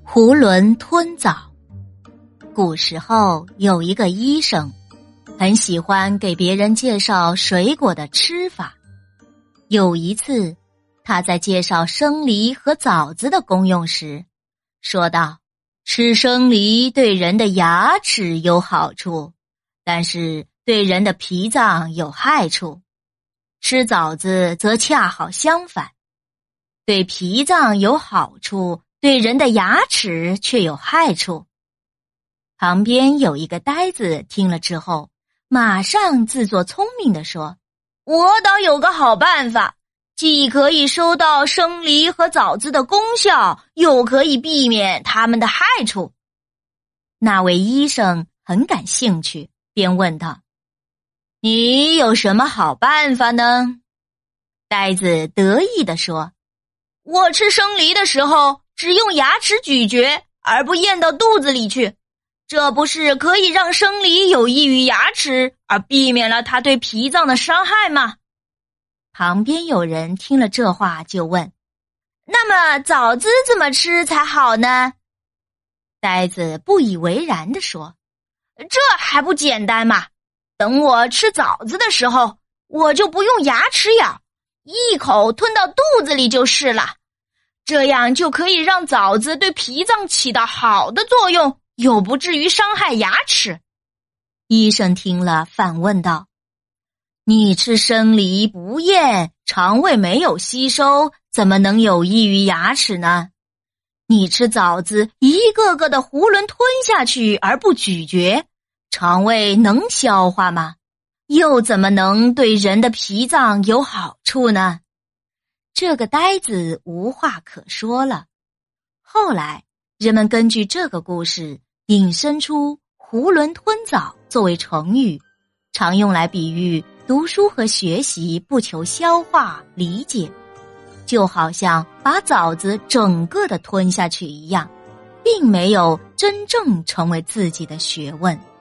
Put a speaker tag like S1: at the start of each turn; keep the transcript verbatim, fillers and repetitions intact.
S1: 囫囵吞枣。古时候有一个医生，很喜欢给别人介绍水果的吃法。有一次，他在介绍生梨和枣子的功用时，说道：吃生梨对人的牙齿有好处，但是对人的脾脏有害处。吃枣子则恰好相反，对脾脏有好处，对人的牙齿却有害处。旁边有一个呆子听了之后，马上自作聪明地说：我倒有个好办法，既可以收到生梨和枣子的功效，又可以避免它们的害处。那位医生很感兴趣，便问道：你有什么好办法呢？呆子得意地说：我吃生梨的时候，只用牙齿咀嚼，而不咽到肚子里去，这不是可以让生梨有益于牙齿，而避免了它对脾脏的伤害吗？旁边有人听了这话就问：那么枣子怎么吃才好呢？呆子不以为然地说：这还不简单吗？等我吃枣子的时候，我就不用牙齿咬，一口吞到肚子里就是了。这样就可以让枣子对脾脏起到好的作用，又不至于伤害牙齿。医生听了反问道：你吃生梨不咽，肠胃没有吸收，怎么能有益于牙齿呢？你吃枣子一个个的囫囵吞下去而不咀嚼，肠胃能消化吗？又怎么能对人的脾脏有好处呢？这个呆子无话可说了。后来人们根据这个故事引申出囫囵吞枣作为成语，常用来比喻读书和学习不求消化理解，就好像把枣子整个的吞下去一样，并没有真正成为自己的学问。